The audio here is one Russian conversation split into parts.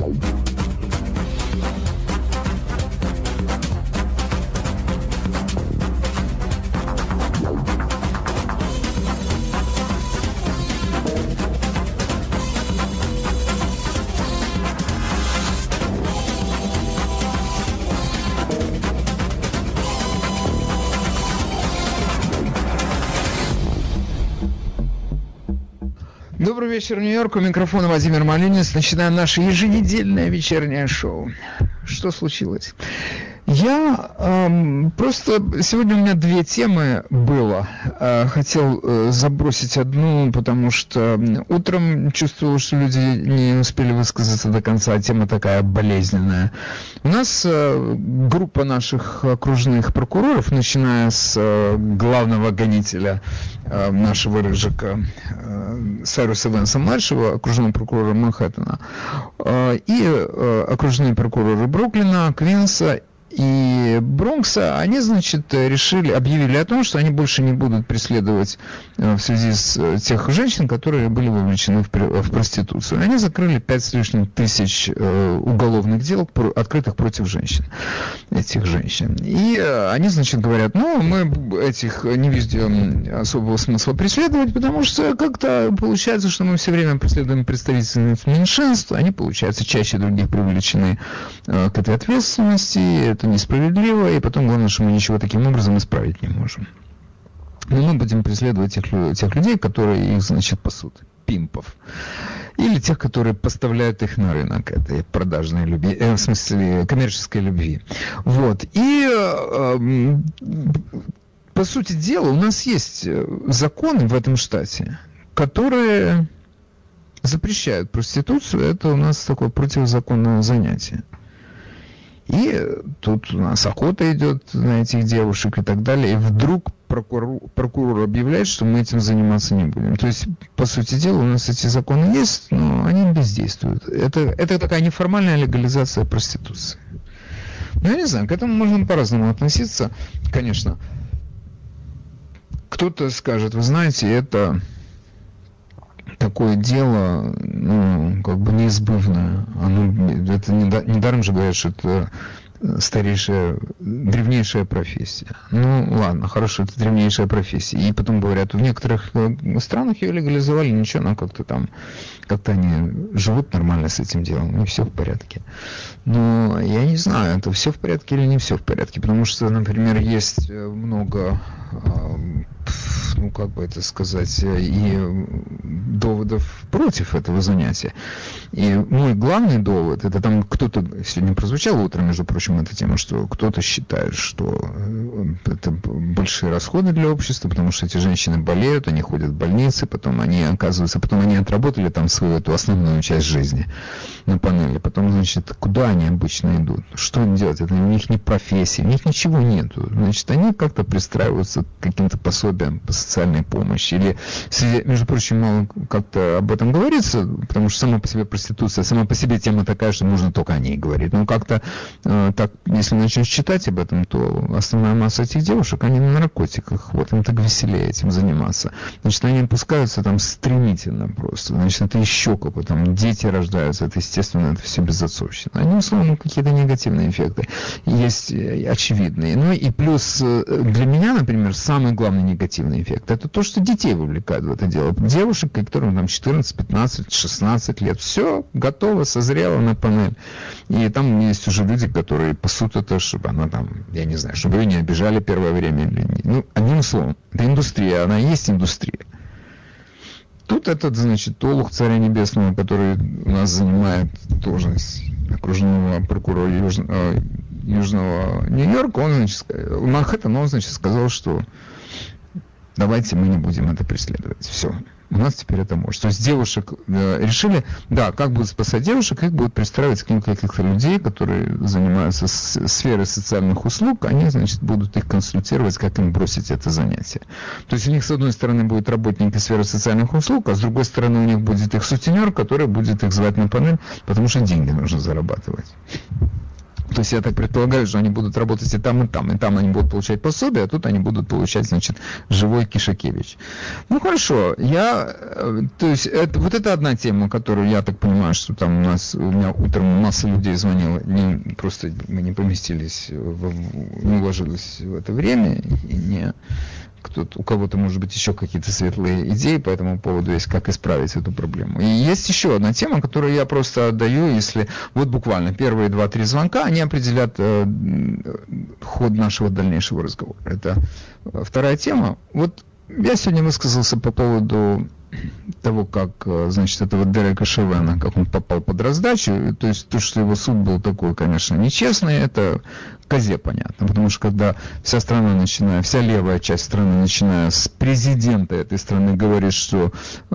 Добрый вечер, Нью-Йорк. У микрофона Владимир Малинец. Начинаем наше еженедельное вечернее шоу. Что случилось? Я просто... Сегодня у меня две темы было. Хотел забросить одну, потому что утром чувствовал, что люди не успели высказаться до конца, а тема такая болезненная. У нас группа наших окружных прокуроров, начиная с главного гонителя нашего Рыжика, Сайруса Венса-младшего, окружного прокурора Манхэттена, и окружные прокуроры Бруклина, Квинса и Бронкса, они, значит, объявили о том, что они больше не будут преследовать в связи с тех женщин, которые были вовлечены в проституцию. Они закрыли 5 с лишним тысяч уголовных дел, открытых против женщин, этих женщин. И они, значит, говорят, мы этих не видим особого смысла преследовать, потому что как-то получается, что мы все время преследуем представительниц меньшинств, они, получается, чаще других привлечены к этой ответственности, это несправедливо, и потом главное, что мы ничего таким образом исправить не можем. Но мы будем преследовать тех людей, которые их, значит, пасут, пимпов. Или тех, которые поставляют их на рынок этой продажной любви, в смысле коммерческой любви. Вот. И по сути дела у нас есть законы в этом штате, которые запрещают проституцию. Это у нас такое противозаконное занятие. И тут у нас охота идет на этих девушек и так далее. И вдруг прокурор объявляет, что мы этим заниматься не будем. То есть, по сути дела, у нас эти законы есть, но они бездействуют. Это такая неформальная легализация проституции. Ну, я не знаю, к этому можно по-разному относиться, конечно. Кто-то скажет, вы знаете, это такое дело, как бы неизбывное. Это недаром же говорят, что это древнейшая профессия. Ну, ладно, хорошо, это древнейшая профессия. И потом говорят, в некоторых странах ее легализовали, ничего, но как-то они живут нормально с этим делом, и все в порядке. Но я не знаю, это все в порядке или не все в порядке, потому что, например, есть много, как бы это сказать, и доводов против этого занятия. И мой главный довод, это там кто-то сегодня прозвучал утром, между прочим, эта тема, что кто-то считает, что это большие расходы для общества, потому что эти женщины болеют, они ходят в больницы, потом они отработали там свою эту основную часть жизни на панели, потом, значит, куда они обычно идут, что им делать, это у них не профессия, у них ничего нету, значит, они как-то пристраиваются к каким-то пособиям по социальной помощи, или, между прочим, мало как-то об этом говорится, потому что сама по себе проституция, сама по себе тема такая, что можно только о ней говорить, но как-то так, если начнешь читать об этом, то основная масса этих девушек, они на наркотиках, вот им так веселее этим заниматься, значит, они опускаются там стремительно просто, значит, это еще как-то там дети рождаются, это, естественно, это все безотцовщина. Они, условно, какие-то негативные эффекты есть очевидные. Ну и плюс для меня, например, самый главный негативный эффект, это то, что детей вовлекают в это дело. Девушек, которым там 14, 15, 16 лет, все готово, созрело на панель. И там есть уже люди, которые пасут это, чтобы она там, я не знаю, чтобы ее не обижали первое время. Одним словом, это индустрия, она и есть индустрия. Тут этот, значит, олух Царя Небесного, который у нас занимает должность окружного прокурора Южного Нью-Йорка, Манхэттена, он, значит, сказал, что давайте мы не будем это преследовать. Все. У нас теперь это может. То есть девушек решили, как будут спасать девушек, их будут пристраивать к ним каких-то людей, которые занимаются сферой социальных услуг, они, значит, будут их консультировать, как им бросить это занятие. То есть у них, с одной стороны, будут работники сферы социальных услуг, а с другой стороны, у них будет их сутенер, который будет их звать на панель, потому что деньги нужно зарабатывать. То есть я так предполагаю, что они будут работать и там они будут получать пособие, а тут они будут получать, значит, живой Кишакевич. Ну хорошо, то есть это одна тема, которую я так понимаю, что там у меня утром масса людей звонила, просто мы не поместились, не уложились в это время, и у кого-то, может быть, еще какие-то светлые идеи по этому поводу есть, как исправить эту проблему. И есть еще одна тема, которую я просто отдаю, если вот буквально первые 2-3 звонка, они определят ход нашего дальнейшего разговора. Это вторая тема. Вот я сегодня высказался по поводу того, как, значит, этого Дерека Шевена, как он попал под раздачу, то есть то, что его суд был такой, конечно, нечестный, это козе понятно, потому что когда вся левая часть страны, начиная с президента этой страны, говорит, что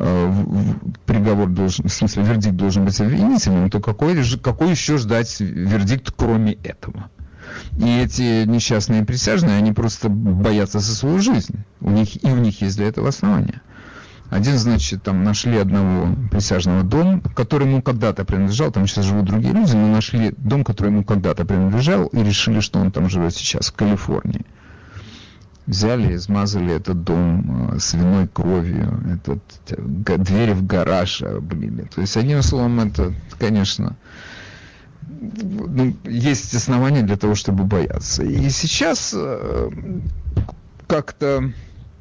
вердикт должен быть обвинительным, то какой еще ждать вердикт, кроме этого? И эти несчастные присяжные, они просто боятся за свою жизнь. У них есть для этого основания. Один, значит, там нашли одного присяжного дом, который ему когда-то принадлежал, там сейчас живут другие люди, но нашли дом, который ему когда-то принадлежал, и решили, что он там живет сейчас, в Калифорнии. Взяли, измазали этот дом свиной кровью, двери в гараж облили. То есть, одним словом, это, конечно, есть основания для того, чтобы бояться. И сейчас как-то,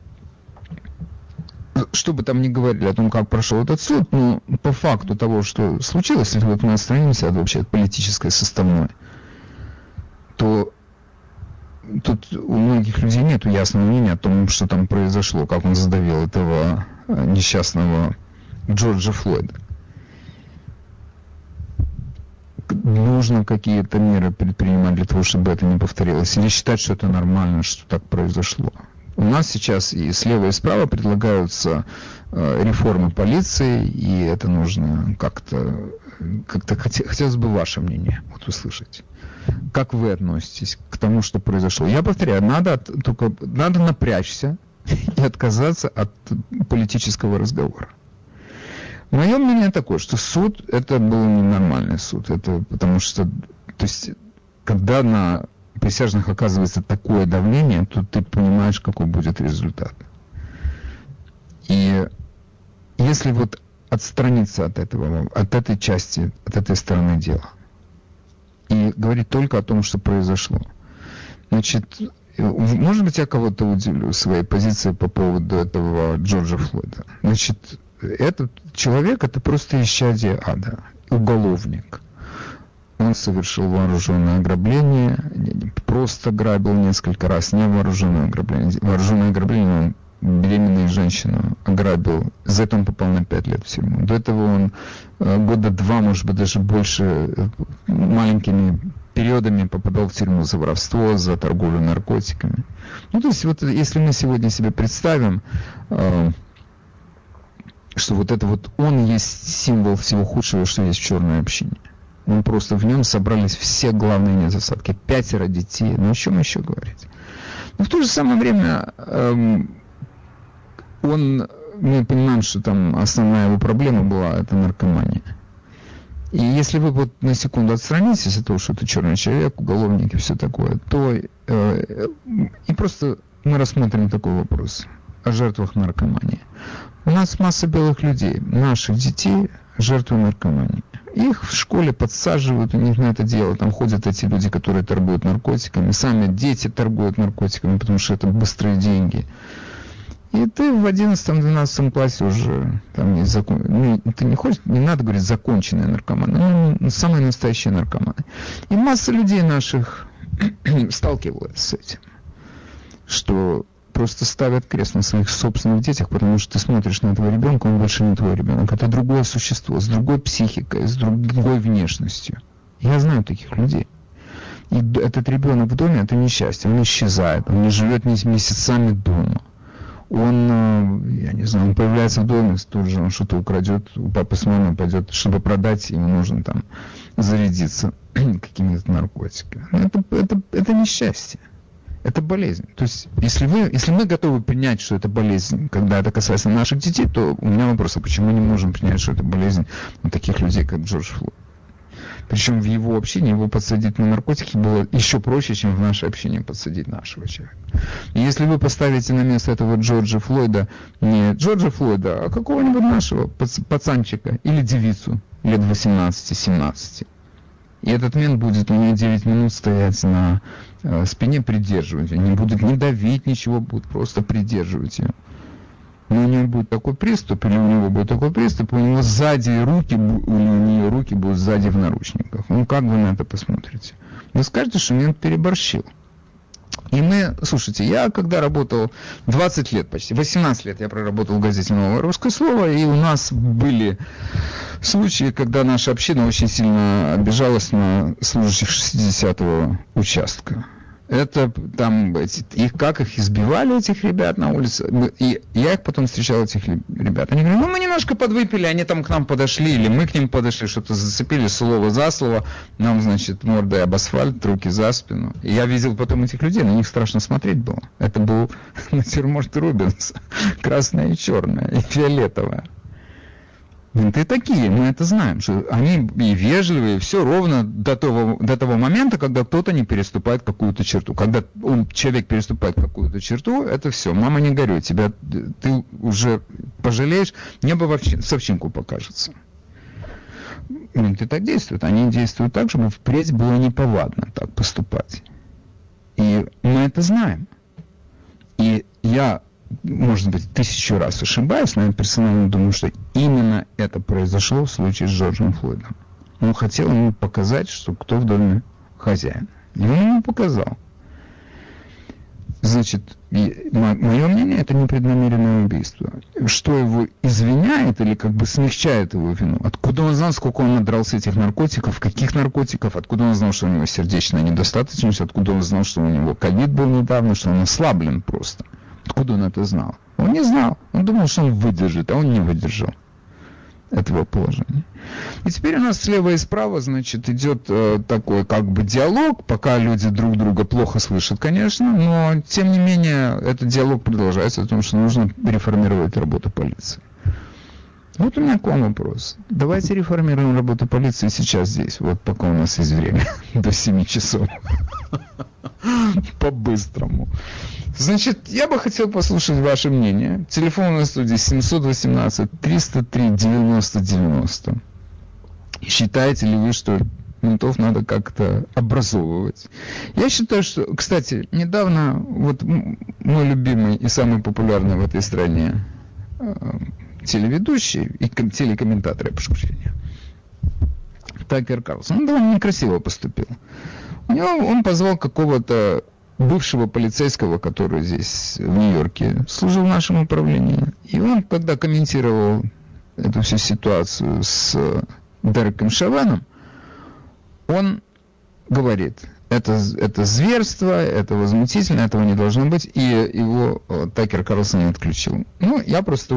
что бы там ни говорили о том, как прошел этот суд, но по факту того, что случилось, если вот мы отстранимся от политической составной, то тут у многих людей нет ясного мнения о том, что там произошло, как он задавил этого несчастного Джорджа Флойда. Нужно какие-то меры предпринимать для того, чтобы это не повторилось, или считать, что это нормально, что так произошло. У нас сейчас и слева, и справа предлагаются реформы полиции, и это нужно как-то хотелось бы ваше мнение услышать. Как вы относитесь к тому, что произошло? Я повторяю, надо напрячься и отказаться от политического разговора. Мое мнение такое, что суд, это был ненормальный суд. Это потому что, то есть, когда на присяжных оказывается такое давление, то ты понимаешь, какой будет результат. И если вот отстраниться от этой части, от этой стороны дела, и говорить только о том, что произошло, значит, может быть, я кого-то удивлю своей позицией по поводу этого Джорджа Флойда. Значит, этот человек, это просто исчадие ада, уголовник. Он совершил вооруженное ограбление, просто грабил несколько раз, не вооруженное ограбление. Вооруженное ограбление, он беременную женщину ограбил, за это он попал на 5 лет в тюрьму. До этого он года 2, может быть, даже больше, маленькими периодами попадал в тюрьму за воровство, за торговлю наркотиками. Ну, то есть, вот если мы сегодня себе представим, что вот это вот он есть символ всего худшего, что есть в черной общине. Он просто в нем собрались все главные недостатки. 5 детей. Ну, о чем еще говорить? Но в то же самое время мы понимаем, что там основная его проблема была это наркомания. И если вы вот на секунду отстранитесь от того, что это черный человек, уголовник и все такое, то и просто мы рассмотрим такой вопрос о жертвах наркомании. У нас масса белых людей, наших детей, жертвы наркомании. Их в школе подсаживают, у них на это дело. Там ходят эти люди, которые торгуют наркотиками. Сами дети торгуют наркотиками, потому что это быстрые деньги. И ты в 11-12 классе уже там есть ты не надо говорить законченные наркоманы, самые настоящие наркоманы. И масса людей наших сталкивалась с этим, что просто ставят крест на своих собственных детях, потому что ты смотришь на этого ребенка, он больше не твой ребенок. Это другое существо, с другой психикой, с другой внешностью. Я знаю таких людей. И этот ребенок в доме, это несчастье, он исчезает, он не живет месяцами дома. Он, я не знаю, он появляется в доме, тут же он что-то украдет, у папы с мамой пойдет, чтобы продать, ему нужно там зарядиться какими-то наркотиками. Это несчастье. Это болезнь. То есть, если мы готовы принять, что это болезнь, когда это касается наших детей, то у меня вопрос, а почему мы не можем принять, что это болезнь у таких людей, как Джордж Флойд? Причем в его общении его подсадить на наркотики было еще проще, чем в наше общение подсадить нашего человека. И если вы поставите на место этого Джорджа Флойда, не Джорджа Флойда, а какого-нибудь нашего пацанчика или девицу лет 18-17, и этот мент будет у нее 9 минут стоять на спине, придерживать ее, не будет не давить ничего, будет просто придерживать ее. Но у него будет такой приступ, или у него будет такой приступ, у него сзади руки, у нее руки будут сзади в наручниках. Ну, как вы на это посмотрите? Вы скажете, что мент переборщил. И мы, слушайте, я когда работал 20 лет почти, 18 лет я проработал в газете «Новое русское слово», и у нас были случаи, когда наша община очень сильно обижалась на служащих 60-го участка. Это там, как их избивали, этих ребят на улице. И я их потом встречал, этих ребят. Они говорят, мы немножко подвыпили, они там к нам подошли, или мы к ним подошли, что-то зацепили слово за слово. Нам, значит, мордой об асфальт, руки за спину. И я видел потом этих людей, на них страшно смотреть было. Это был натюрморт Рубенс. Красное и черное, и фиолетовое. Менты такие, мы это знаем, что они и вежливые, все ровно до того момента, когда кто-то не переступает какую-то черту. Когда человек переступает какую-то черту, это все, мама не горюй, ты уже пожалеешь, небо в овчинку покажется. Менты так действуют, они действуют так, чтобы впредь было неповадно так поступать. И мы это знаем. И я, может быть, 1000 раз ошибаюсь, но я персонально думаю, что именно это произошло в случае с Джорджем Флойдом. Он хотел ему показать, что кто в доме хозяин. И он ему показал. Значит, мое мнение, это непреднамеренное убийство. Что его извиняет или как бы смягчает его вину? Откуда он знал, сколько он надрался этих наркотиков, каких наркотиков? Откуда он знал, что у него сердечная недостаточность? Откуда он знал, что у него ковид был недавно, что он ослаблен просто? Откуда он это знал? Он не знал. Он думал, что он выдержит, а он не выдержал этого положения. И теперь у нас слева и справа, значит, идет такой как бы диалог, пока люди друг друга плохо слышат, конечно, но тем не менее этот диалог продолжается о том, что нужно реформировать работу полиции. Вот у меня к вам вопрос. Давайте реформируем работу полиции сейчас здесь, вот пока у нас есть время, до 7 часов. По-быстрому. Значит, я бы хотел послушать ваше мнение. Телефон на студии 718-303-90-90. Считаете ли вы, что ментов надо как-то образовывать? Я считаю, что, кстати, недавно вот мой любимый и самый популярный в этой стране телеведущий и телекомментатор, я прошу прощения, Такер Карлсон, он довольно некрасиво поступил. Он позвал какого-то бывшего полицейского, который здесь, в Нью-Йорке, служил в нашем управлении. И он, когда комментировал эту всю ситуацию с Дереком Шавеном, он говорит, это зверство, это возмутительно, этого не должно быть, и его Такер Карлсон отключил. Ну, я просто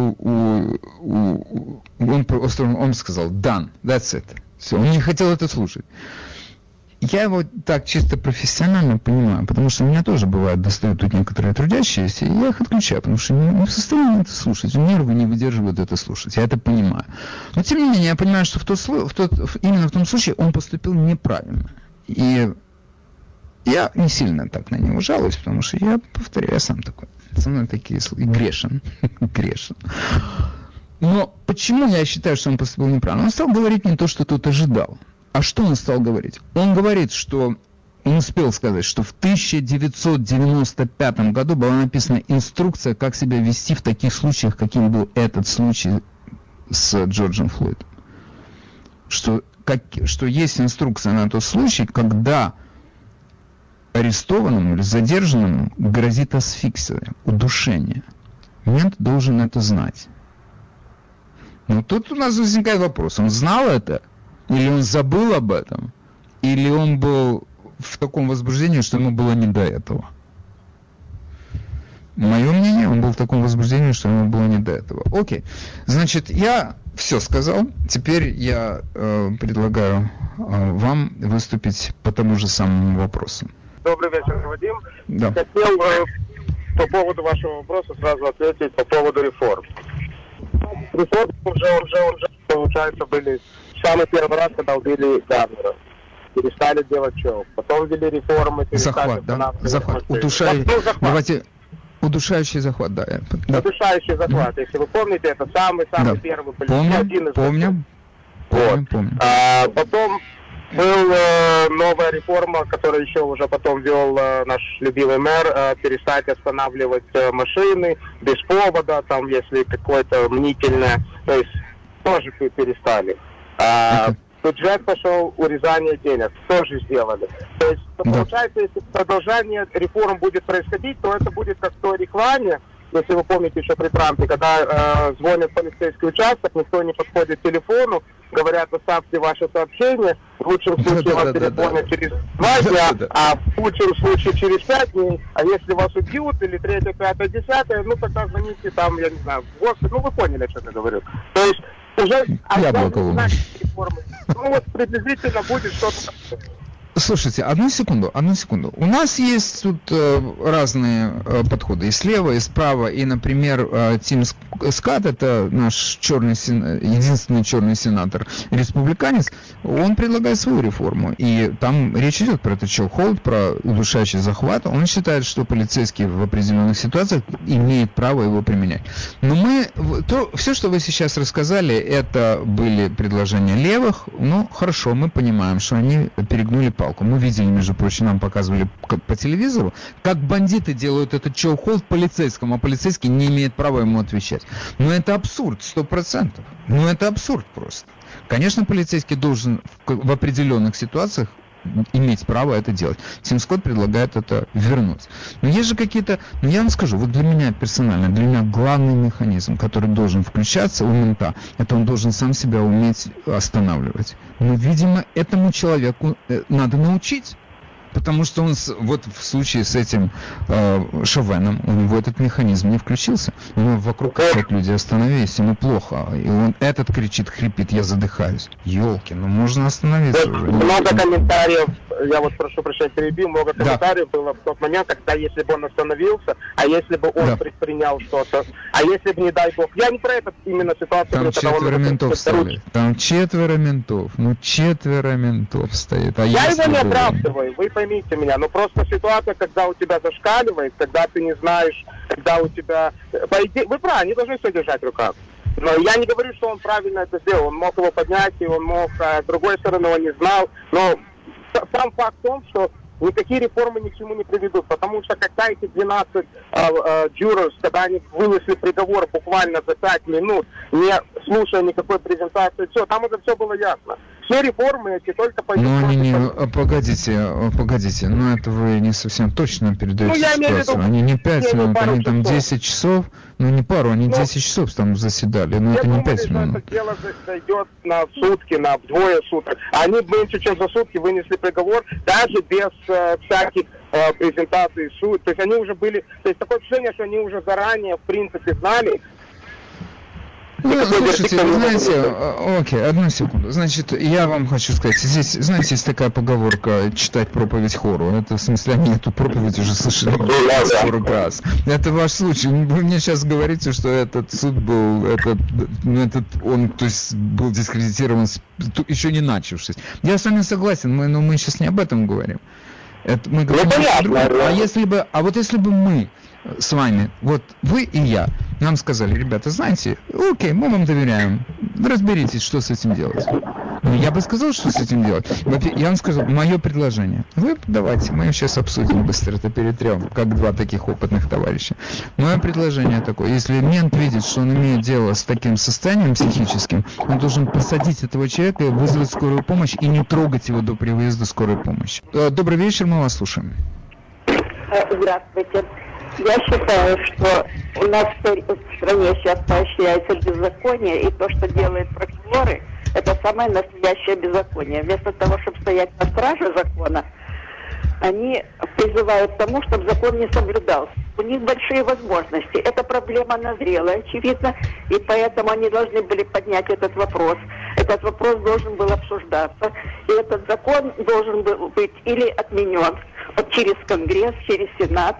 он сказал, done, that's it. Все, он не хотел это слушать. Я его так чисто профессионально понимаю, потому что меня тоже бывает достают тут некоторые трудящиеся, и я их отключаю, потому что не в состоянии это слушать, нервы не выдерживают это слушать, я это понимаю. Но тем не менее, я понимаю, что именно в том случае он поступил неправильно. И я не сильно так на него жалуюсь, потому что я, повторяю, я сам такой, со мной такие грешен. Но почему я считаю, что он поступил неправильно? Он стал говорить не то, что тот ожидал. А что он стал говорить? Он говорит, что он успел сказать, что в 1995 году была написана инструкция, как себя вести в таких случаях, каким был этот случай с Джорджем Флойдом. Что есть инструкция на тот случай, когда арестованному или задержанному грозит асфиксия, удушение. Мент должен это знать. Но тут у нас возникает вопрос, он знал это? Или он забыл об этом? Или он был в таком возбуждении, что ему было не до этого? Мое мнение, он был в таком возбуждении, что ему было не до этого. Окей. Значит, я все сказал. Теперь я предлагаю вам выступить по тому же самому вопросу. Добрый вечер, Вадим. Да. Хотел по поводу вашего вопроса сразу ответить по поводу реформ. Реформы уже, получается, были самый первый раз, когда убили Гарднера. перестали делать что? Потом ввели реформы, захват, да? Захват. Давайте... Удушающий захват, да. Удушающий захват. Если вы помните, это самый-самый первый политический. Помним. Потом была новая реформа, которую еще уже потом ввел наш любимый мэр, перестать останавливать машины без повода, там, если какое-то мнительное, то есть тоже перестали. Бюджет пошел, урезание денег, тоже сделали. То есть, получается, если продолжение реформ будет происходить, то это будет как в той рекламе, если вы помните еще при Трампе, когда звонят в полицейский участок, никто не подходит к телефону, говорят, оставьте ваше сообщение, в лучшем случае вас перезвонят через 2 дня, а в худшем случае через 5 дней, а если вас убьют, или 3, 5, 10, ну тогда звоните там, я не знаю, в госпиталь, ну вы поняли, что я говорю. То есть уже реформы. Ну вот приблизительно будет что-то такое. Слушайте, одну секунду. У нас есть тут разные подходы, и слева, и справа, и, например, Тим Скотт, это наш единственный черный сенатор, республиканец, он предлагает свою реформу, и там речь идет про это chokehold, про удушающий захват. Он считает, что полицейский в определенных ситуациях имеет право его применять. Но все, что вы сейчас рассказали, это были предложения левых. Ну, хорошо, мы понимаем, что они перегнули палку. Мы видели, между прочим, нам показывали по телевизору, как бандиты делают этот chokehold полицейскому, а полицейский не имеет права ему отвечать. Но это абсурд, 100%. Ну это абсурд просто. Конечно, полицейский должен в определенных ситуациях иметь право это делать. Тим Скотт предлагает это вернуть. Но есть же какие-то... я вам скажу, вот для меня персонально, для меня главный механизм, который должен включаться у мента, это он должен сам себя уметь останавливать. Но, видимо, этому человеку надо научить. Потому что он, вот в случае с этим Шовеном, у него этот механизм не включился. У него вокруг кричат люди: остановись, ему плохо. И он этот кричит, хрипит: я задыхаюсь. Ёлки, можно остановиться уже. Много комментариев, я вот прошу прощения, перебил, много комментариев было в тот момент, когда если бы он остановился, а если бы он предпринял что-то, а если бы, не дай бог, я не про это именно ситуацию. Там 4 ментов стояли. Там 4 ментов. 4 ментов стоит. А я его не оправдываю, вы поймите меня, но просто ситуация, когда у тебя зашкаливает, когда ты не знаешь, когда у тебя... Вы правы, не должны все держать в руках. Но я не говорю, что он правильно это сделал. Он мог его поднять, и он мог... С другой стороны, он не знал. Но сам факт в том, что никакие реформы ни к чему не приведут. Потому что когда эти 12 jurors, когда они вынесли приговор буквально за 5 минут, не слушая никакой презентации, все, там это все было ясно. Все реформы эти только пойдут. Погодите, это вы не совсем точно передаете ситуацию. Они не 5 минут, они там 10 часов, не пару, они 10 часов там заседали, но это не 5 минут. Это дело зайдет на сутки, на 2 суток. Они меньше, чем за сутки вынесли приговор, даже без всяких презентаций суд. То есть они уже были, то есть такое ощущение, что они уже заранее, в принципе, знали. Слушайте, вы знаете, одну секунду. Значит, я вам хочу сказать, здесь, знаете, есть такая поговорка: читать проповедь хору. Это, в смысле, они эту проповедь уже слышали 40 раз. Это ваш случай. Вы мне сейчас говорите, что этот суд был, он, то есть, был дискредитирован, еще не начавшись. Я с вами согласен, но мы сейчас не об этом говорим. Мы говорим о другом. Если бы мы с вами, вот вы и я, нам сказали: ребята, знаете, окей, мы вам доверяем, разберитесь, что с этим делать. Я бы сказал, что с этим делать. Я вам сказал, мое предложение. Давайте, мы сейчас обсудим быстро, это перетрем, как 2 таких опытных товарища. Мое предложение такое: если мент видит, что он имеет дело с таким состоянием психическим, он должен посадить этого человека, вызвать скорую помощь и не трогать его до приезда скорой помощи. Добрый вечер, мы вас слушаем. Здравствуйте. Я считаю, что у нас в стране сейчас поощряется беззаконие, и то, что делают прокуроры, это самое настоящее беззаконие. Вместо того, чтобы стоять на страже закона, они призывают к тому, чтобы закон не соблюдался. У них большие возможности. Эта проблема назрела, очевидно, и поэтому они должны были поднять этот вопрос. Этот вопрос должен был обсуждаться, и этот закон должен был быть или отменен через Конгресс, через Сенат,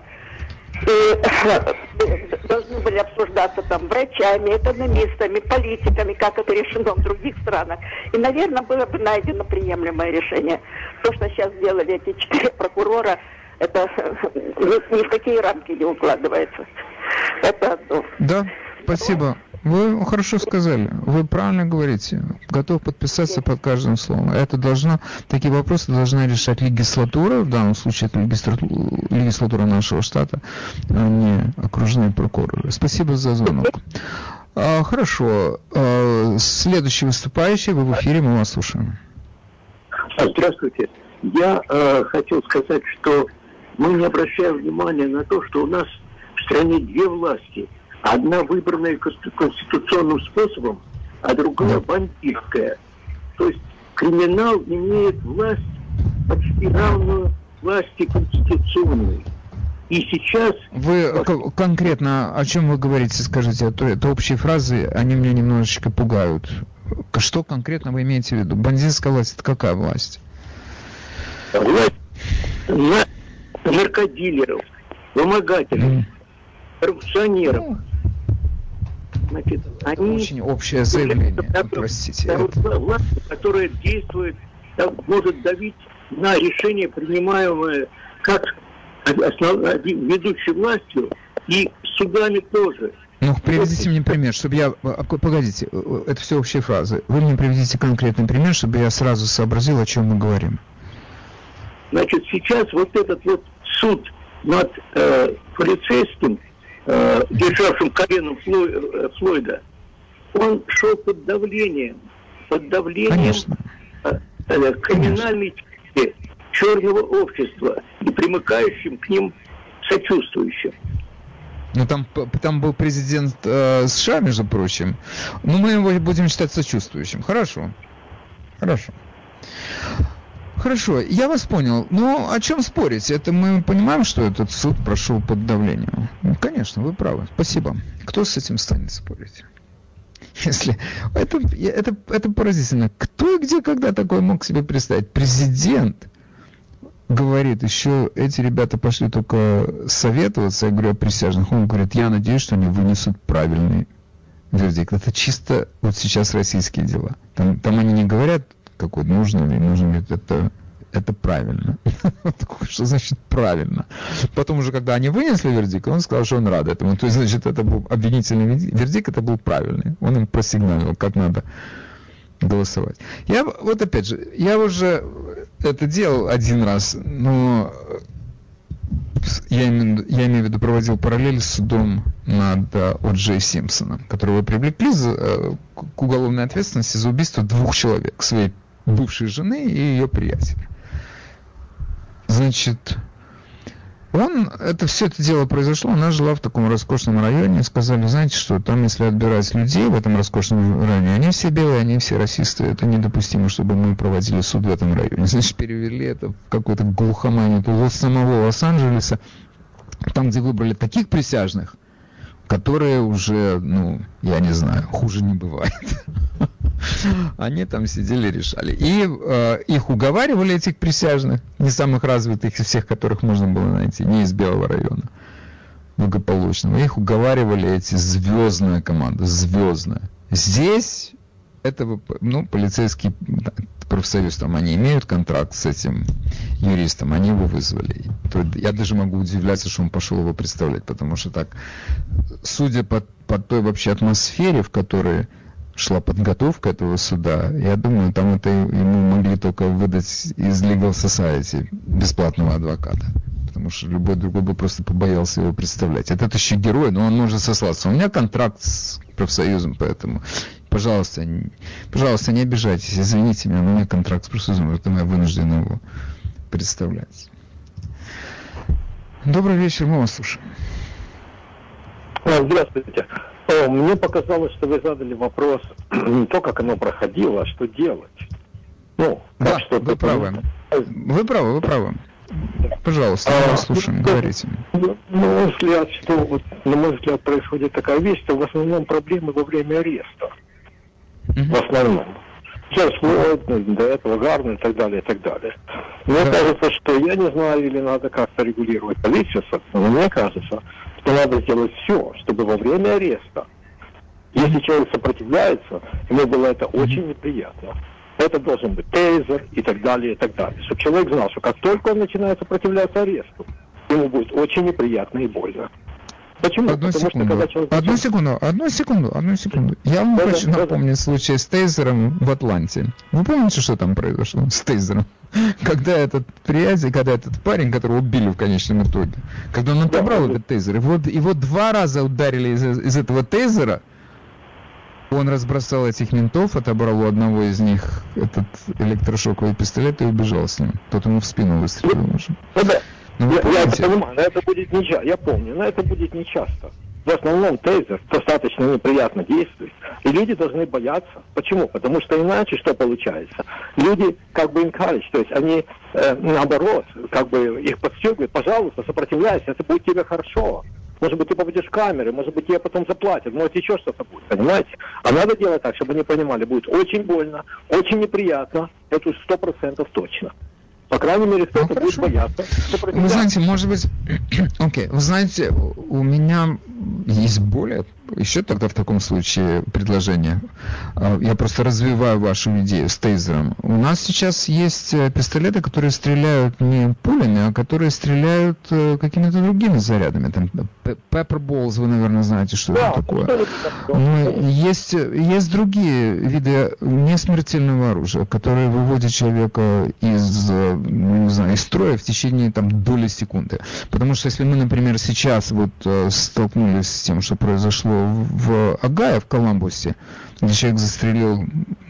и должны были обсуждаться там врачами, экономистами, политиками, как это решено в других странах. И, наверное, было бы найдено приемлемое решение. то, что сейчас сделали эти 4 прокурора, это ни в какие рамки не укладывается. Это одно. Да, спасибо. Вы хорошо сказали, вы правильно говорите, готов подписаться под каждым словом. Такие вопросы должна решать легислатура, в данном случае это легислатура нашего штата, а не окружные прокуроры. Спасибо за звонок. Хорошо, следующий выступающий, вы в эфире, мы вас слушаем. Здравствуйте. Я хотел сказать, что мы не обращаем внимания на то, что у нас в стране 2 власти. Одна выбранная конституционным способом, а другая бандитская. То есть криминал имеет власть почти равную власти конституционной. И сейчас... Вы конкретно о чем вы говорите, скажите? Это общие фразы, они меня немножечко пугают. Что конкретно вы имеете в виду? Бандитская власть — это какая власть? Власть на наркодилеров, вымогателей, коррупционеров. Значит, они... Очень общее заявление, простите. Власть, которая действует, может давить на решение, принимаемое как ведущей властью и судами тоже. Ну, приведите мне пример, чтобы я... Погодите, это все общие фразы. Вы мне приведите конкретный пример, чтобы я сразу сообразил, о чем мы говорим. Значит, сейчас вот этот вот суд над полицейским, державшим коленом Флойда, он шел под давлением криминальной части черного общества и примыкающим к ним сочувствующим. Ну, там был президент США, между прочим. Ну, мы его будем считать сочувствующим. Хорошо, я вас понял. Но о чем спорить? Это мы понимаем, что этот суд прошел под давлением. Ну, конечно, вы правы. Спасибо. Кто с этим станет спорить? Если... Это поразительно. Кто и где, когда такое мог себе представить? Президент говорит, еще эти ребята пошли только советоваться, я говорю о присяжных. Он говорит, я надеюсь, что они вынесут правильный вердикт. Это чисто вот сейчас российские дела. Там они не говорят, какой нужно ли, это правильно. Что значит правильно? Потом уже, когда они вынесли вердикт, он сказал, что он рад этому. То есть, значит, это был обвинительный вердикт, это был правильный. Он им просигналил, как надо голосовать. Я уже это делал один раз, но я имею в виду, проводил параллель с судом над О. Джей Симпсоном, которого привлекли к уголовной ответственности за убийство 2 человек, своей бывшей жены и ее приятеля. Значит, все это дело произошло, она жила в таком роскошном районе, сказали, знаете что, там если отбирать людей в этом роскошном районе, они все белые, они все расисты, это недопустимо, чтобы мы проводили суд в этом районе. Значит, перевели это в какой-то глухомань самого Лос-Анджелеса, там, где выбрали таких присяжных, которые уже, я не знаю, хуже не бывает. Они там сидели и решали. И их уговаривали, этих присяжных, не самых развитых из всех, которых можно было найти, не из Белого района, благополучного. Их уговаривали эти звездная команда, звездная. Здесь это, полицейский профсоюз, там они имеют контракт с этим юристом, они его вызвали. Я даже могу удивляться, что он пошел его представлять, потому что так, судя по той вообще атмосфере, в которой шла подготовка этого суда, я думаю, там это ему могли только выдать из Legal Society бесплатного адвоката. Потому что любой другой бы просто побоялся его представлять. Этот еще герой, но он может сослаться. У меня контракт с профсоюзом, поэтому, пожалуйста, не обижайтесь, извините меня, но у меня контракт с профсоюзом, поэтому я вынужден его представлять. Добрый вечер, мы вас слушаем. Здравствуйте. Мне показалось, что вы задали вопрос не то, как оно проходило, а что делать. Да, вы правы. Вы правы. Пожалуйста, мы вас слушаем, говорите. На мой взгляд, происходит такая вещь, что в основном проблемы во время ареста. В основном. Джордж Флойд, до этого Гарнер и так далее, и так далее. Мне кажется, что я не знаю, или надо как-то регулировать полицию, но мне кажется, что надо сделать все, чтобы во время ареста, если человек сопротивляется, ему было это очень неприятно. Это должен быть тейзер и так далее, и так далее. Чтобы человек знал, что как только он начинает сопротивляться аресту, ему будет очень неприятно и больно. Почему? Одну секунду. Я вам хочу напомнить случай с тейзером в Атланте. Вы помните, что там произошло с тейзером? Когда этот парень, которого убили в конечном итоге, когда он отобрал этот тейзер, его 2 раза ударили из этого тейзера, он разбросал этих ментов, отобрал у одного из них этот электрошоковый пистолет и убежал с ним. Тот ему в спину выстрелил уже. Я понимаю, но это будет не часто. Я помню, но это будет не часто. В основном тейзер достаточно неприятно действует. И люди должны бояться. Почему? Потому что иначе что получается? Люди как бы encourage, то есть они наоборот, как бы их подстегивают, пожалуйста, сопротивляйся, это будет тебе хорошо. Может быть, ты попадешь в камеры, может быть, тебе потом заплатят, может, еще что-то будет, понимаете? А надо делать так, чтобы они понимали, будет очень больно, очень неприятно, это 100% точно. По крайней мере, кто-то будет бояться. Вы знаете, может быть... Окей, вы знаете, у меня есть еще тогда в таком случае предложение. Я просто развиваю вашу идею с тейзером. У нас сейчас есть пистолеты, которые стреляют не пулями, а которые стреляют какими-то другими зарядами. Там Pepper Balls, вы, наверное, знаете, что это такое. Но есть другие виды несмертельного оружия, которые выводят человека из строя в течение доли секунды. Потому что если мы, например, сейчас столкнулись с тем, что произошло в Огайо, в Коламбусе, где человек застрелил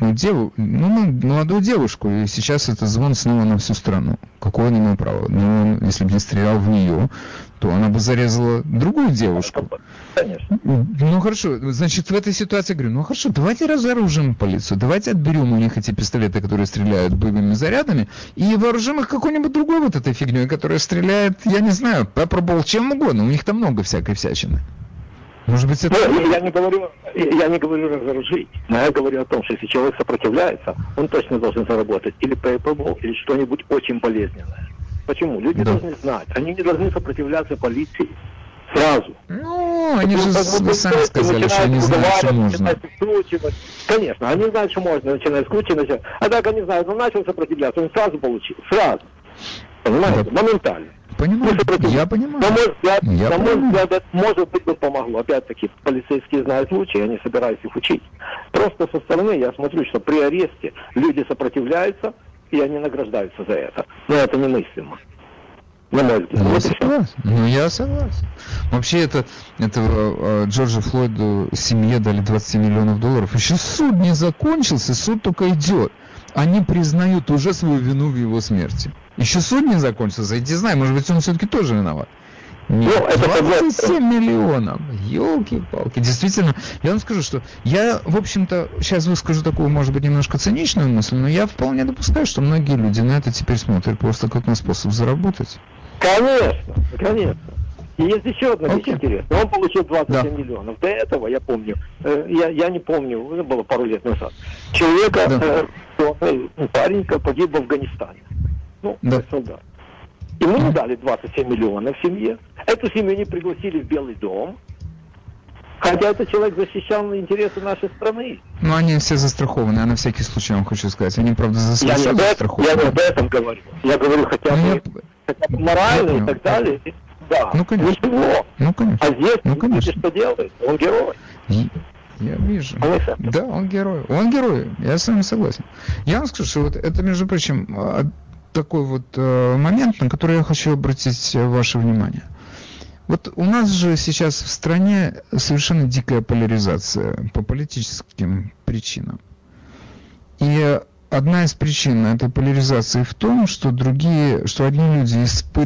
молодую девушку, и сейчас это звон снова на всю страну. Какое он имел право? Но если бы не стрелял в нее, то она бы зарезала другую девушку. Конечно. Ну хорошо, значит, в этой ситуации я говорю, хорошо, давайте разоружим полицию, давайте отберем у них эти пистолеты, которые стреляют боевыми зарядами, и вооружим их какой-нибудь другой этой фигней, которая стреляет, я не знаю, Pepper-Ball, чем угодно, у них там много всякой всячины. Может быть, это... Я не говорю разоружить, но я говорю о том, что если человек сопротивляется, он точно должен заработать или Pepper-Ball, или что-нибудь очень болезненное. Почему? Люди должны знать, они не должны сопротивляться полиции сразу. Они же сами сказали, что они знают, что можно. Конечно, они знают, что можно, начинают скручивать. А так они знают, он начал сопротивляться, он сразу получил. Сразу. Понимаете? Моментально. Понимаю. Я понимаю. На мой взгляд, это, может быть, бы помогло. Опять-таки, полицейские знают случаи, я не собираюсь их учить. Просто со стороны я смотрю, что при аресте люди сопротивляются, и они награждаются за это. Но это немыслимо. На мой взгляд. Я согласен. Вообще, этого Джорджа Флойду семье дали $27 миллионов. Еще суд не закончился, суд только идет. Они признают уже свою вину в его смерти. Еще суд не закончился, я не знаю, может быть, он все-таки тоже виноват. Нет, 27 миллионов. Ёлки-палки. Действительно, я вам скажу, что я, в общем-то, сейчас выскажу такую, может быть, немножко циничную мысль, но я вполне допускаю, что многие люди на это теперь смотрят просто как на способ заработать. Конечно. И есть еще одна вещь интересная. Он получил 27 миллионов. До этого, я помню, я не помню, это было пару лет назад, парень погиб в Афганистане. Солдат. Ему не дали 27 миллионов семье. Эту семью не пригласили в Белый дом. Хотя этот человек защищал интересы нашей страны. Но они все застрахованы, я на всякий случай вам хочу сказать. Они, правда, застрахованы. Я не об этом говорю. Я говорю хотя бы морально и так далее. Да. Конечно. Ничего. Конечно. А здесь, видите, что делает? Он герой. Я вижу. Да, он герой. Я с вами согласен. Я вам скажу, что это, между прочим, такой момент, на который я хочу обратить ваше внимание. У нас же сейчас в стране совершенно дикая поляризация по политическим причинам. И одна из причин этой поляризации в том, что одни люди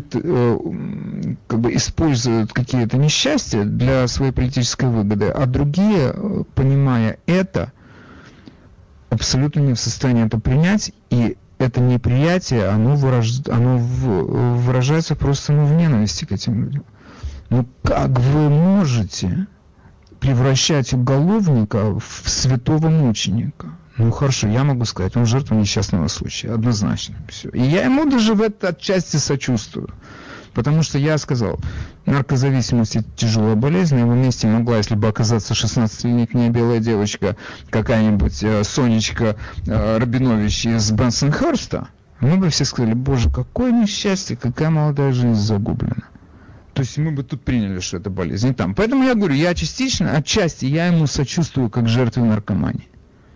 используют какие-то несчастья для своей политической выгоды, а другие, понимая это, абсолютно не в состоянии это принять, и это неприятие, оно выражается просто в ненависти к этим людям. Как вы можете превращать уголовника в святого мученика? Хорошо, я могу сказать, он жертва несчастного случая, однозначно. Все. И я ему даже в этой отчасти сочувствую. Потому что я сказал, наркозависимость – это тяжелая болезнь, на его месте могла, если бы оказаться 16-летняя белая девочка, какая-нибудь Сонечка Рабинович из Бенсонхерста, мы бы все сказали, боже, какое несчастье, какая молодая жизнь загублена. То есть мы бы тут приняли, что это болезнь. И там. Поэтому я говорю, я отчасти я ему сочувствую как жертве наркомании.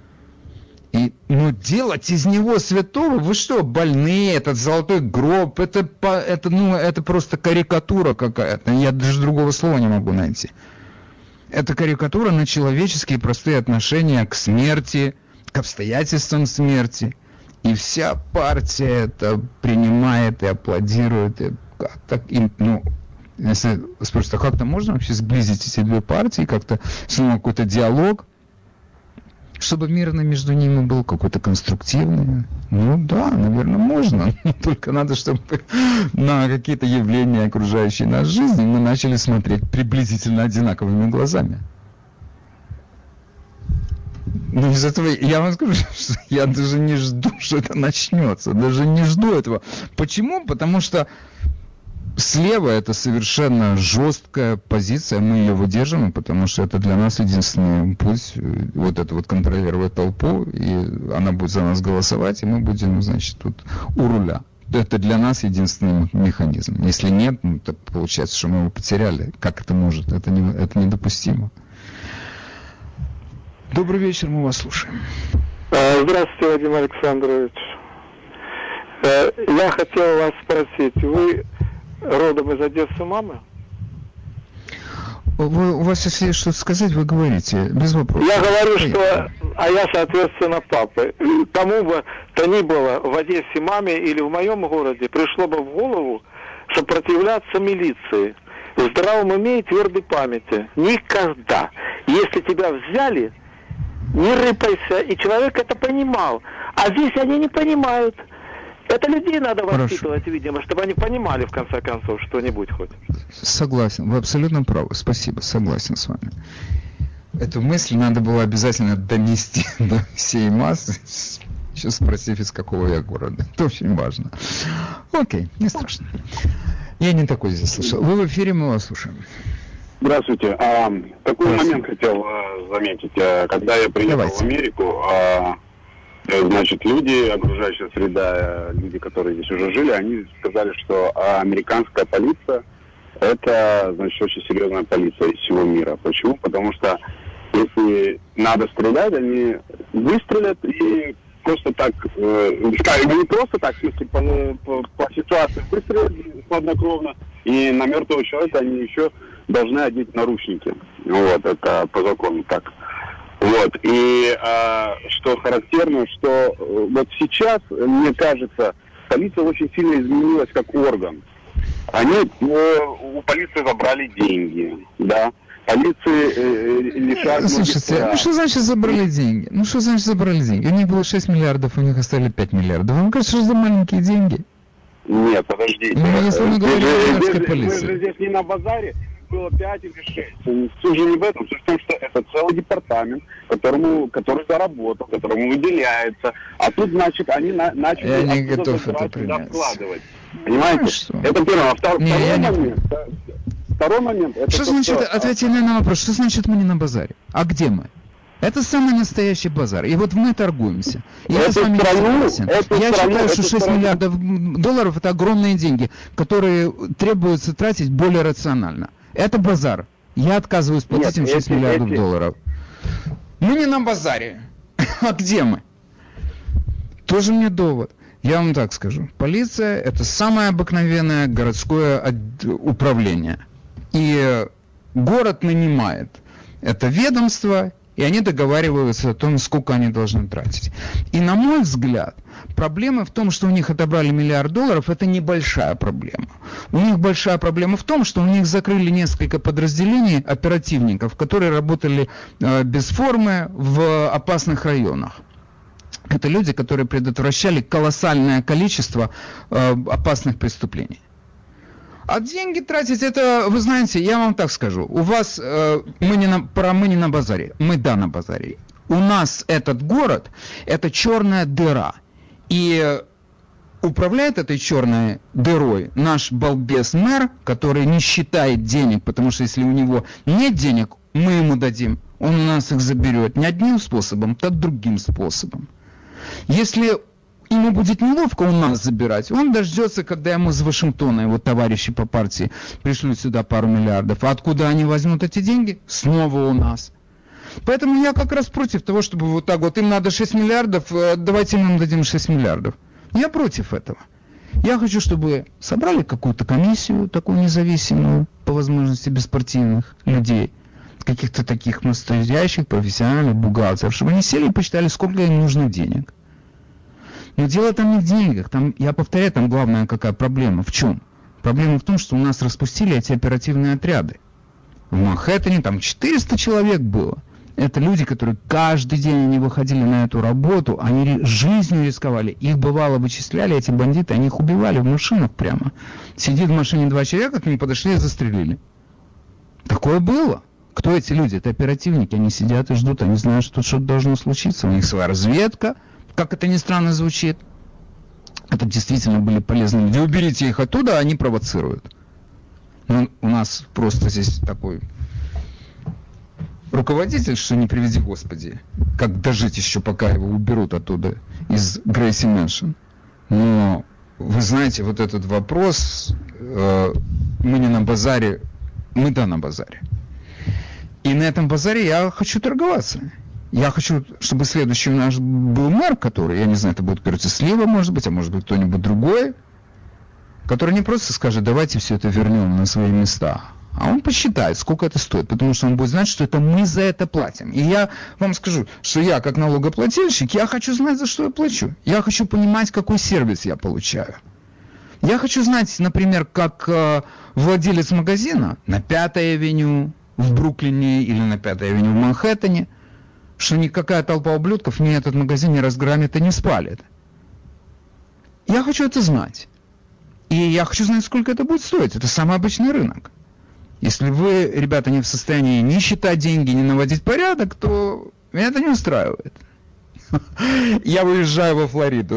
Но делать из него святого, вы что, больные, этот золотой гроб, это просто карикатура какая-то. Я даже другого слова не могу найти. Это карикатура на человеческие простые отношения к смерти, к обстоятельствам смерти. И вся партия это принимает и аплодирует. И если спросят, а как-то можно вообще сблизить эти две партии, как-то установить какой-то диалог, чтобы мирно между ними был, какой-то конструктивный? Ну да, наверное, можно. Только надо, чтобы на какие-то явления, окружающие нас жизни, мы начали смотреть приблизительно одинаковыми глазами. Ну, из этого я вам скажу, что я даже не жду, что это начнется. Даже не жду этого. Почему? Потому что слева это совершенно жесткая позиция, мы ее выдерживаем, потому что это для нас единственный путь, вот это вот контролировать толпу, и она будет за нас голосовать, и мы будем, значит, тут у руля. Это для нас единственный механизм. Если нет, то получается, что мы его потеряли. Как это может? Это недопустимо. Добрый вечер, мы вас слушаем. Здравствуйте, Вадим Александрович. Я хотел вас спросить, вы родом из Одессы, мама? У вас, если есть что-то сказать, вы говорите, без вопросов. Я говорю, что, я, соответственно, папа. Кому бы то ни было в Одессе маме или в моем городе пришло бы в голову сопротивляться милиции в здравом уме и твердой памяти. Никогда. Если тебя взяли, не рыпайся, и человек это понимал. А здесь они не понимают. Это людей надо воспитывать, видимо, чтобы они понимали, в конце концов, что-нибудь хоть. Согласен, вы абсолютно правы. Спасибо, согласен с вами. Эту мысль надо было обязательно донести до всей массы, еще спросив, из какого я города. Это очень важно. Окей, не страшно. Я не такой здесь слышал. Вы в эфире, мы вас слушаем. Здравствуйте. Такой момент хотел заметить. Когда я приехал в Америку, значит, люди, окружающая среда, люди, которые здесь уже жили, они сказали, что американская полиция – это, значит, очень серьезная полиция из всего мира. Почему? Потому что если надо стрелять, они выстрелят и просто так, не просто так, в смысле, по ситуации выстрелят хладнокровно, и на мертвого человека они еще должны одеть наручники. Вот, это по закону так. Вот, и что характерно, что вот сейчас, мне кажется, полиция очень сильно изменилась как орган. У полиции забрали деньги, да. Полиции лишают... Слушайте, ну что значит забрали деньги? Ну что значит забрали деньги? У них было 6 миллиардов, у них оставили 5 миллиардов. Вам кажется, что за маленькие деньги? Нет, подождите. Если мы говорим о американской полиции. Мы же здесь не на базаре. Было 5 или 6. Суть же не в этом. Суть в том, что это целый департамент, который заработал, которому выделяется. А тут, значит, они начали... Я не готов это принять. Вкладывать. Понимаете? Это первое. А второй момент... Это что значит, ответьте мне на вопрос, что значит мы не на базаре? А где мы? Это самый настоящий базар. И вот мы торгуемся. Я с вами не согласен. Я считаю, что 6 миллиардов долларов это огромные деньги, которые требуется тратить более рационально. Это базар. Я отказываюсь платить им 6 миллиардов долларов. Мы не на базаре. А где мы? Тоже мне довод. Я вам так скажу. Полиция – это самое обыкновенное городское управление. И город нанимает это ведомство, и они договариваются о том, сколько они должны тратить. И на мой взгляд, проблема в том, что у них отобрали $1 миллиард, это небольшая проблема. У них большая проблема в том, что у них закрыли несколько подразделений оперативников, которые работали без формы в опасных районах. Это люди, которые предотвращали колоссальное количество опасных преступлений. А деньги тратить, это, вы знаете, я вам так скажу, у вас, мы не на базаре, мы на базаре. У нас этот город, это черная дыра. И управляет этой черной дырой наш балбес-мэр, который не считает денег, потому что если у него нет денег, мы ему дадим, он у нас их заберет не одним способом, так другим способом. Если ему будет неловко у нас забирать, он дождется, когда ему из Вашингтона его товарищи по партии пришлют сюда пару миллиардов. А откуда они возьмут эти деньги? Снова у нас. Поэтому я как раз против того, чтобы вот так вот, им надо 6 миллиардов, давайте им дадим 6 миллиардов. Я против этого. Я хочу, чтобы собрали какую-то комиссию, такую независимую, по возможности беспартийных людей, каких-то таких настоящих профессиональных бухгалтеров, чтобы они сели и посчитали, сколько им нужно денег. Но дело там не в деньгах, там, я повторяю, там главная какая проблема. В чем? Проблема в том, что у нас распустили эти оперативные отряды. В Манхэттене там 400 человек было. Это люди, которые каждый день они выходили на эту работу, они жизнью рисковали. Их бывало вычисляли, эти бандиты, они их убивали в машинах прямо. Сидит в машине 2 человека, к ним подошли и застрелили. Такое было. Кто эти люди? Это оперативники, они сидят и ждут, они знают, что что-то должно случиться. У них своя разведка, как это ни странно звучит. Это действительно были полезные люди. Уберите их оттуда, они провоцируют. Но у нас просто здесь такой руководитель, что не приведи Господи, как дожить еще, пока его уберут оттуда из Грейси Мэншн. Но вы знаете, вот этот вопрос, мы не на базаре, мы да на базаре. И на этом базаре я хочу торговаться. Я хочу, чтобы следующий наш был мэр, который, я не знаю, это будет Кертис Слива, может быть, а может быть кто-нибудь другой, который не просто скажет, давайте все это вернем на свои места, а он посчитает, сколько это стоит, потому что он будет знать, что это мы за это платим. И я вам скажу, что я, как налогоплательщик, я хочу знать, за что я плачу. Я хочу понимать, какой сервис я получаю. Я хочу знать, например, как владелец магазина на 5-й авеню в Бруклине или на 5-й авеню в Манхэттене, что никакая толпа ублюдков мне этот магазин не разгромит и не спалит. Я хочу это знать. И я хочу знать, сколько это будет стоить. Это самый обычный рынок. Если вы, ребята, не в состоянии ни считать деньги, ни наводить порядок, то меня это не устраивает. Я выезжаю во Флориду.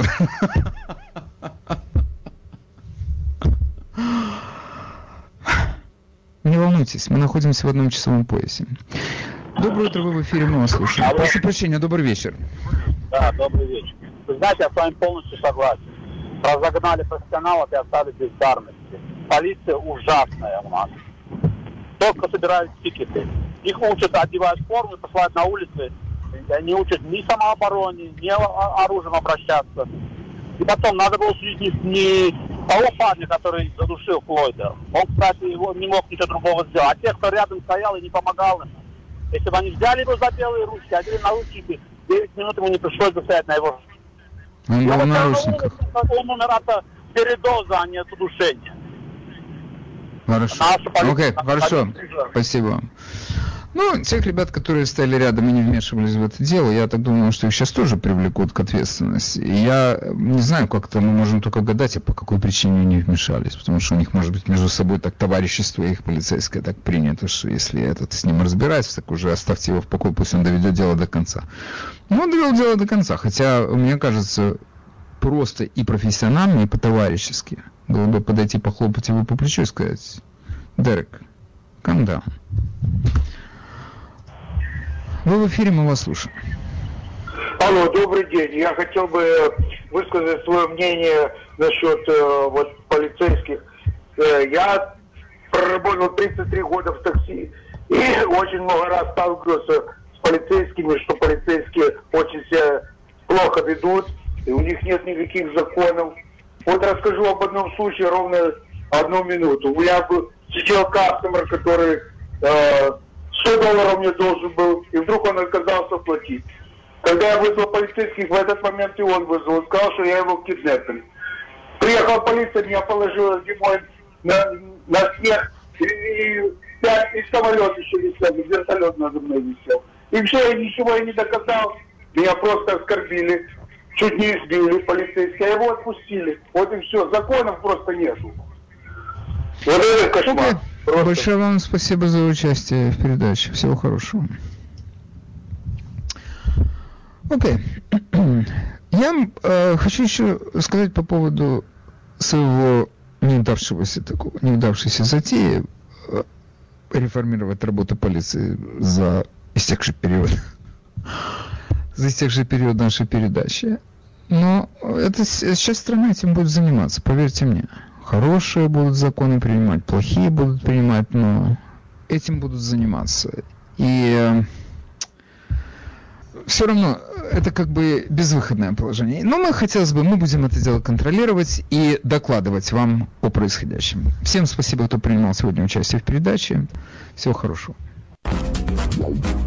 Не волнуйтесь, мы находимся в одном часовом поясе. Доброе утро, вы в эфире, мы вас слушаем. Прошу прощения, добрый вечер. Да, добрый вечер. Вы знаете, я с вами полностью согласен. Разогнали профессионалов и оставили бездарности. Полиция ужасная у нас. Только собирают тикеты. Их учат одевать форму, посылать на улицы. Не учат ни самообороне, ни оружием обращаться. И потом надо было судить не того парня, который задушил Флойда. Он, кстати, его не мог ничего другого сделать. А те, кто рядом стоял и не помогал им. Если бы они взяли его за белые ручки, одели наручники, 9 минут ему не пришлось бы стоять на его... Он был в наручниках. Он умер от передоза, а не от удушения. Хорошо. Окей, хорошо. Спасибо. Ну, тех ребят, которые стояли рядом и не вмешивались в это дело, я так думаю, что их сейчас тоже привлекут к ответственности. И я не знаю, как-то мы можем только гадать, а по какой причине они вмешались. Потому что у них, может быть, между собой так товарищество их полицейское так принято, что если этот с ним разбирается, так уже оставьте его в покое, пусть он доведет дело до конца. Ну, он довел дело до конца, хотя, мне кажется, просто и профессионально, и по-товарищески было бы подойти, похлопать его по плечу и сказать: Дерек, calm down. Вы в эфире, мы вас слушаем. Алло, добрый день. Я хотел бы высказать свое мнение насчет вот полицейских. Я проработал 33 года в такси и очень много раз сталкивался с полицейскими, что полицейские очень себя плохо ведут, и у них нет никаких законов. Вот расскажу об одном случае ровно 1 минуту. У меня сидел кастомер, который $100 мне должен был, и вдруг он отказался платить. Когда я вызвал полицейских, в этот момент и он вызвал. Он сказал, что я его киднепил. Приехала полиция, меня положила зимой на снег, и самолет еще висел, и вертолет надо мной висел. И все, я ничего и не доказал. Меня просто оскорбили, чуть не избили полицейские, а его отпустили. Вот и все, законов просто нету. Вот это кошмар. Просто. Большое вам спасибо за участие в передаче. Всего хорошего. Окей. Я хочу еще сказать по поводу своего неудавшейся затеи реформировать работу полиции за истекший период нашей передачи. Но это сейчас страна этим будет заниматься, поверьте мне. Хорошие будут законы принимать, плохие будут принимать, но этим будут заниматься. И все равно это как бы безвыходное положение. Но мы будем это дело контролировать и докладывать вам о происходящем. Всем спасибо, кто принимал сегодня участие в передаче. Всего хорошего.